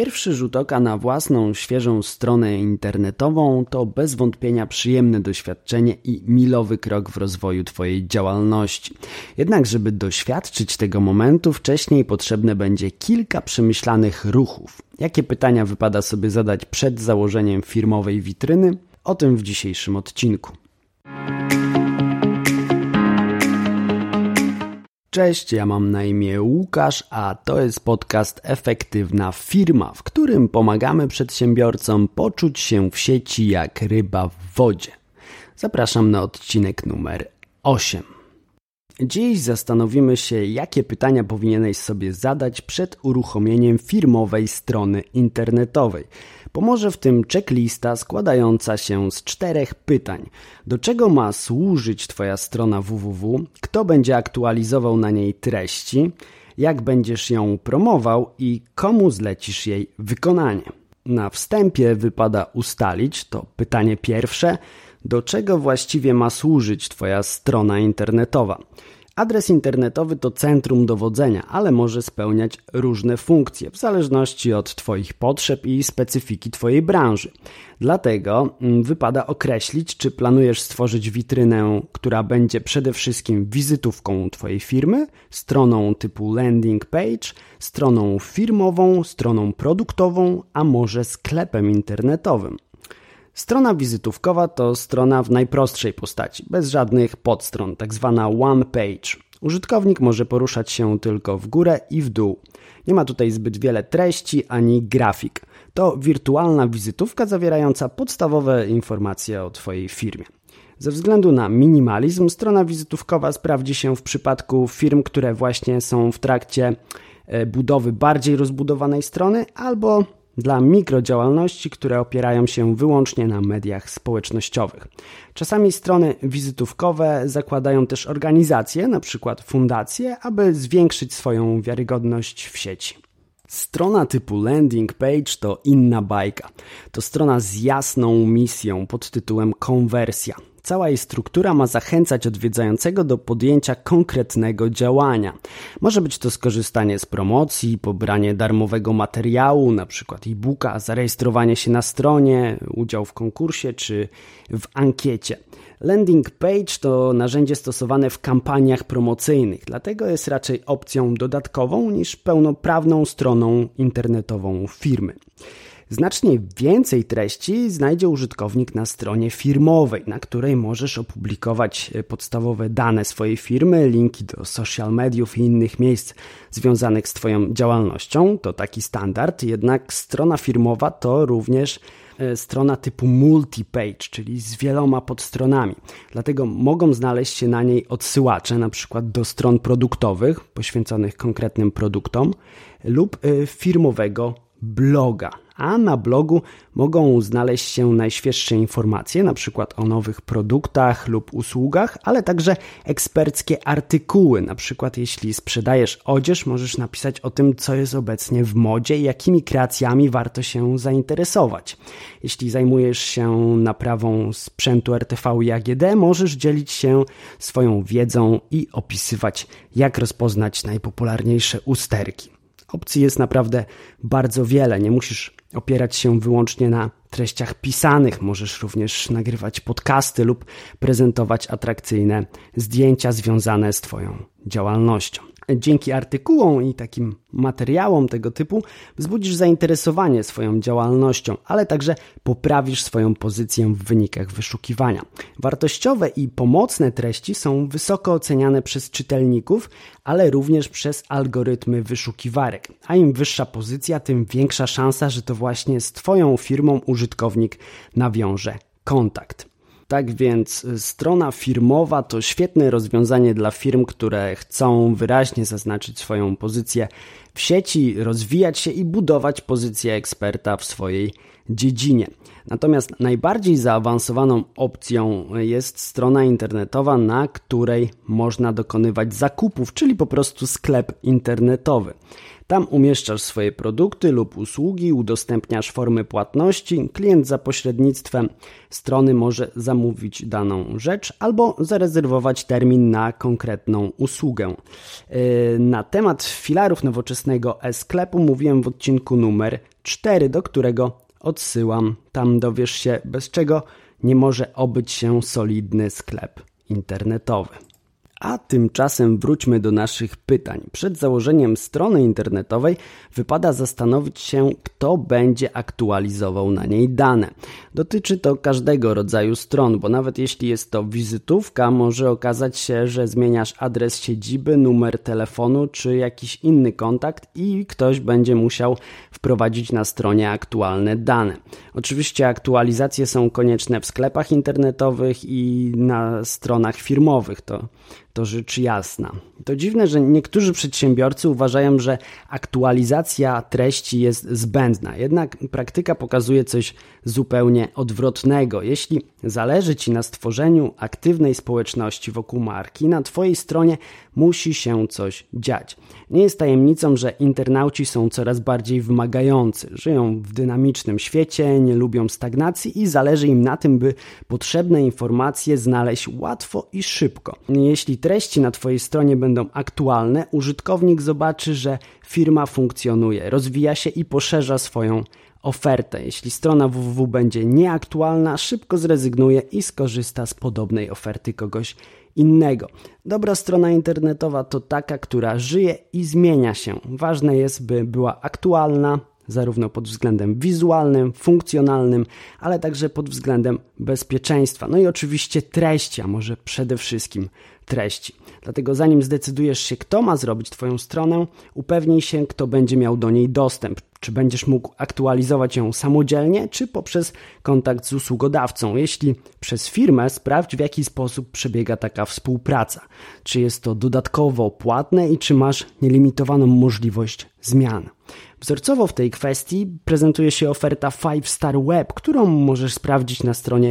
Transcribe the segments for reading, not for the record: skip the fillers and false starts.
pierwszy rzut oka na własną, świeżą stronę internetową to bez wątpienia przyjemne doświadczenie i milowy krok w rozwoju Twojej działalności. Jednak, żeby doświadczyć tego momentu, wcześniej potrzebne będzie kilka przemyślanych ruchów. Jakie pytania wypada sobie zadać przed założeniem firmowej witryny? O tym w dzisiejszym odcinku. Cześć, ja mam na imię Łukasz, a to jest podcast Efektywna Firma, w którym pomagamy przedsiębiorcom poczuć się w sieci jak ryba w wodzie. Zapraszam na odcinek numer 8. Dziś zastanowimy się, jakie pytania powinieneś sobie zadać przed uruchomieniem firmowej strony internetowej. Pomoże w tym checklista składająca się z 4 pytań. Do czego ma służyć Twoja strona www? Kto będzie aktualizował na niej treści? Jak będziesz ją promował i komu zlecisz jej wykonanie? Na wstępie wypada ustalić, to pytanie pierwsze, do czego właściwie ma służyć Twoja strona internetowa? Adres internetowy to centrum dowodzenia, ale może spełniać różne funkcje w zależności od Twoich potrzeb i specyfiki Twojej branży. Dlatego wypada określić, czy planujesz stworzyć witrynę, która będzie przede wszystkim wizytówką Twojej firmy, stroną typu landing page, stroną firmową, stroną produktową, a może sklepem internetowym. Strona wizytówkowa to strona w najprostszej postaci, bez żadnych podstron, tak zwana one page. Użytkownik może poruszać się tylko w górę i w dół. Nie ma tutaj zbyt wiele treści ani grafik. To wirtualna wizytówka zawierająca podstawowe informacje o Twojej firmie. Ze względu na minimalizm strona wizytówkowa sprawdzi się w przypadku firm, które właśnie są w trakcie budowy bardziej rozbudowanej strony albo dla mikrodziałalności, które opierają się wyłącznie na mediach społecznościowych. Czasami strony wizytówkowe zakładają też organizacje, np. fundacje, aby zwiększyć swoją wiarygodność w sieci. Strona typu landing page to inna bajka. To strona z jasną misją pod tytułem konwersja. Cała jej struktura ma zachęcać odwiedzającego do podjęcia konkretnego działania. Może być to skorzystanie z promocji, pobranie darmowego materiału, np. e-booka, zarejestrowanie się na stronie, udział w konkursie czy w ankiecie. Landing page to narzędzie stosowane w kampaniach promocyjnych, dlatego jest raczej opcją dodatkową niż pełnoprawną stroną internetową firmy. Znacznie więcej treści znajdzie użytkownik na stronie firmowej, na której możesz opublikować podstawowe dane swojej firmy, linki do social mediów i innych miejsc związanych z Twoją działalnością. To taki standard, jednak strona firmowa to również strona typu multi-page, czyli z wieloma podstronami. Dlatego mogą znaleźć się na niej odsyłacze, na przykład do stron produktowych poświęconych konkretnym produktom lub firmowego bloga. A na blogu mogą znaleźć się najświeższe informacje, na przykład o nowych produktach lub usługach, ale także eksperckie artykuły. Na przykład jeśli sprzedajesz odzież, możesz napisać o tym, co jest obecnie w modzie i jakimi kreacjami warto się zainteresować. Jeśli zajmujesz się naprawą sprzętu RTV i AGD, możesz dzielić się swoją wiedzą i opisywać, jak rozpoznać najpopularniejsze usterki. Opcji jest naprawdę bardzo wiele. Nie musisz opierać się wyłącznie na treściach pisanych. Możesz również nagrywać podcasty lub prezentować atrakcyjne zdjęcia związane z Twoją działalnością. Dzięki artykułom i takim materiałom tego typu wzbudzisz zainteresowanie swoją działalnością, ale także poprawisz swoją pozycję w wynikach wyszukiwania. Wartościowe i pomocne treści są wysoko oceniane przez czytelników, ale również przez algorytmy wyszukiwarek. A im wyższa pozycja, tym większa szansa, że to właśnie z Twoją firmą użytkownik nawiąże kontakt. Tak więc strona firmowa to świetne rozwiązanie dla firm, które chcą wyraźnie zaznaczyć swoją pozycję w sieci, rozwijać się i budować pozycję eksperta w swojej dziedzinie. Natomiast najbardziej zaawansowaną opcją jest strona internetowa, na której można dokonywać zakupów, czyli po prostu sklep internetowy. Tam umieszczasz swoje produkty lub usługi, udostępniasz formy płatności, klient za pośrednictwem strony może zamówić daną rzecz albo zarezerwować termin na konkretną usługę. Na temat filarów nowoczesnego e-sklepu mówiłem w odcinku numer 4, do którego odsyłam. Tam dowiesz się, bez czego nie może obyć się solidny sklep internetowy. A tymczasem wróćmy do naszych pytań. Przed założeniem strony internetowej wypada zastanowić się, kto będzie aktualizował na niej dane. Dotyczy to każdego rodzaju stron, bo nawet jeśli jest to wizytówka, może okazać się, że zmieniasz adres siedziby, numer telefonu czy jakiś inny kontakt i ktoś będzie musiał wprowadzić na stronie aktualne dane. Oczywiście aktualizacje są konieczne w sklepach internetowych i na stronach firmowych. To rzecz jasna. To dziwne, że niektórzy przedsiębiorcy uważają, że aktualizacja treści jest zbędna. Jednak praktyka pokazuje coś zupełnie odwrotnego. Jeśli zależy Ci na stworzeniu aktywnej społeczności wokół marki, na Twojej stronie musi się coś dziać. Nie jest tajemnicą, że internauci są coraz bardziej wymagający. Żyją w dynamicznym świecie, nie lubią stagnacji i zależy im na tym, by potrzebne informacje znaleźć łatwo i szybko. Jeśli treści na Twojej stronie będą aktualne, użytkownik zobaczy, że firma funkcjonuje, rozwija się i poszerza swoją ofertę. Jeśli strona www będzie nieaktualna, szybko zrezygnuje i skorzysta z podobnej oferty kogoś innego. Dobra strona internetowa to taka, która żyje i zmienia się. Ważne jest, by była aktualna, zarówno pod względem wizualnym, funkcjonalnym, ale także pod względem bezpieczeństwa. No i oczywiście treści, a może przede wszystkim treści. Dlatego zanim zdecydujesz się, kto ma zrobić Twoją stronę, upewnij się, kto będzie miał do niej dostęp. Czy będziesz mógł aktualizować ją samodzielnie, czy poprzez kontakt z usługodawcą. Jeśli przez firmę, sprawdź, w jaki sposób przebiega taka współpraca. Czy jest to dodatkowo płatne i czy masz nielimitowaną możliwość zmian. Wzorcowo w tej kwestii prezentuje się oferta 5-Star Web, którą możesz sprawdzić na stronie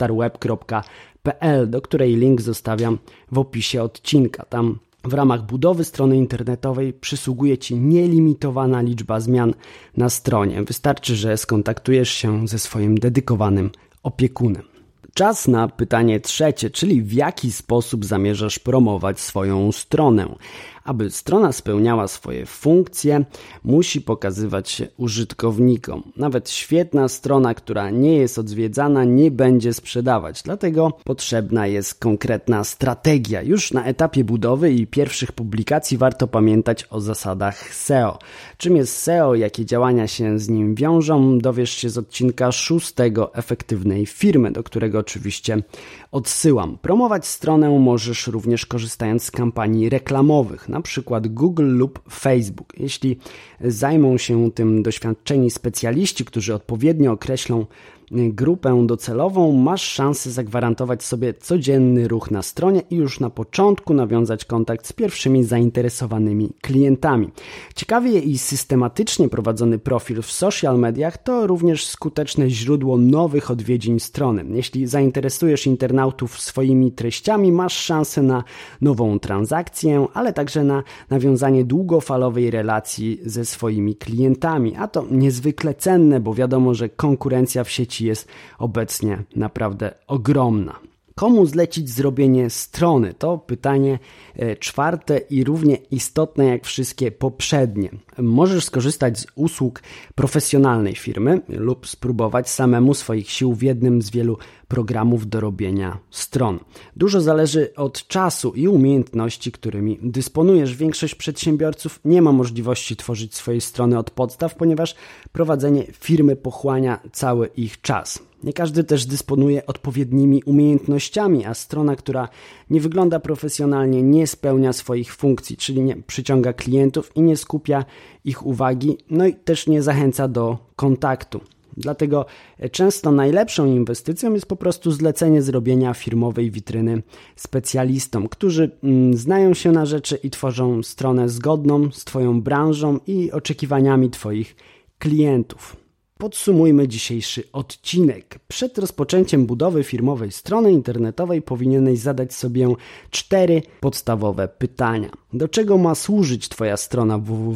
5starweb.pl, do której link zostawiam w opisie odcinka. Tam w ramach budowy strony internetowej przysługuje Ci nielimitowana liczba zmian na stronie. Wystarczy, że skontaktujesz się ze swoim dedykowanym opiekunem. Czas na pytanie trzecie, czyli w jaki sposób zamierzasz promować swoją stronę. Aby strona spełniała swoje funkcje, musi pokazywać się użytkownikom. Nawet świetna strona, która nie jest odwiedzana, nie będzie sprzedawać. Dlatego potrzebna jest konkretna strategia. Już na etapie budowy i pierwszych publikacji warto pamiętać o zasadach SEO. Czym jest SEO, jakie działania się z nim wiążą, dowiesz się z odcinka 6 Efektywnej Firmy, do którego oczywiście odsyłam. Promować stronę możesz również korzystając z kampanii reklamowych, na przykład Google lub Facebook. Jeśli zajmą się tym doświadczeni specjaliści, którzy odpowiednio określą grupę docelową, masz szansę zagwarantować sobie codzienny ruch na stronie i już na początku nawiązać kontakt z pierwszymi zainteresowanymi klientami. Ciekawie i systematycznie prowadzony profil w social mediach to również skuteczne źródło nowych odwiedzin strony. Jeśli zainteresujesz internautów swoimi treściami, masz szansę na nową transakcję, ale także na nawiązanie długofalowej relacji ze swoimi klientami, a to niezwykle cenne, bo wiadomo, że konkurencja w sieci jest obecnie naprawdę ogromna. Komu zlecić zrobienie strony? To pytanie czwarte i równie istotne jak wszystkie poprzednie. Możesz skorzystać z usług profesjonalnej firmy lub spróbować samemu swoich sił w jednym z wielu programów do robienia stron. Dużo zależy od czasu i umiejętności, którymi dysponujesz. Większość przedsiębiorców nie ma możliwości tworzyć swojej strony od podstaw, ponieważ prowadzenie firmy pochłania cały ich czas. Nie każdy też dysponuje odpowiednimi umiejętnościami, a strona, która nie wygląda profesjonalnie, nie spełnia swoich funkcji, czyli nie przyciąga klientów i nie skupia ich uwagi, no i też nie zachęca do kontaktu. Dlatego często najlepszą inwestycją jest po prostu zlecenie zrobienia firmowej witryny specjalistom, którzy znają się na rzeczy i tworzą stronę zgodną z Twoją branżą i oczekiwaniami Twoich klientów. Podsumujmy dzisiejszy odcinek. Przed rozpoczęciem budowy firmowej strony internetowej powinieneś zadać sobie 4 podstawowe pytania. Do czego ma służyć Twoja strona www?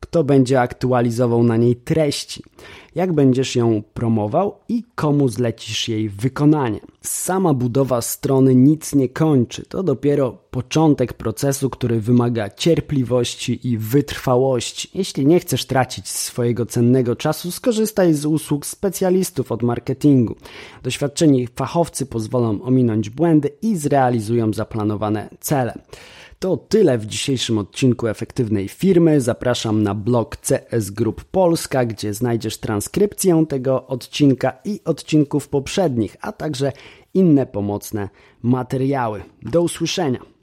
kto będzie aktualizował na niej treści, jak będziesz ją promował i komu zlecisz jej wykonanie. Sama budowa strony nic nie kończy, to dopiero początek procesu, który wymaga cierpliwości i wytrwałości. Jeśli nie chcesz tracić swojego cennego czasu, skorzystaj z usług specjalistów od marketingu. Doświadczeni fachowcy pozwolą ominąć błędy i zrealizują zaplanowane cele. To tyle w dzisiejszym odcinku Efektywnej Firmy. Zapraszam na blog CS Group Polska, gdzie znajdziesz transkrypcję tego odcinka i odcinków poprzednich, a także inne pomocne materiały. Do usłyszenia.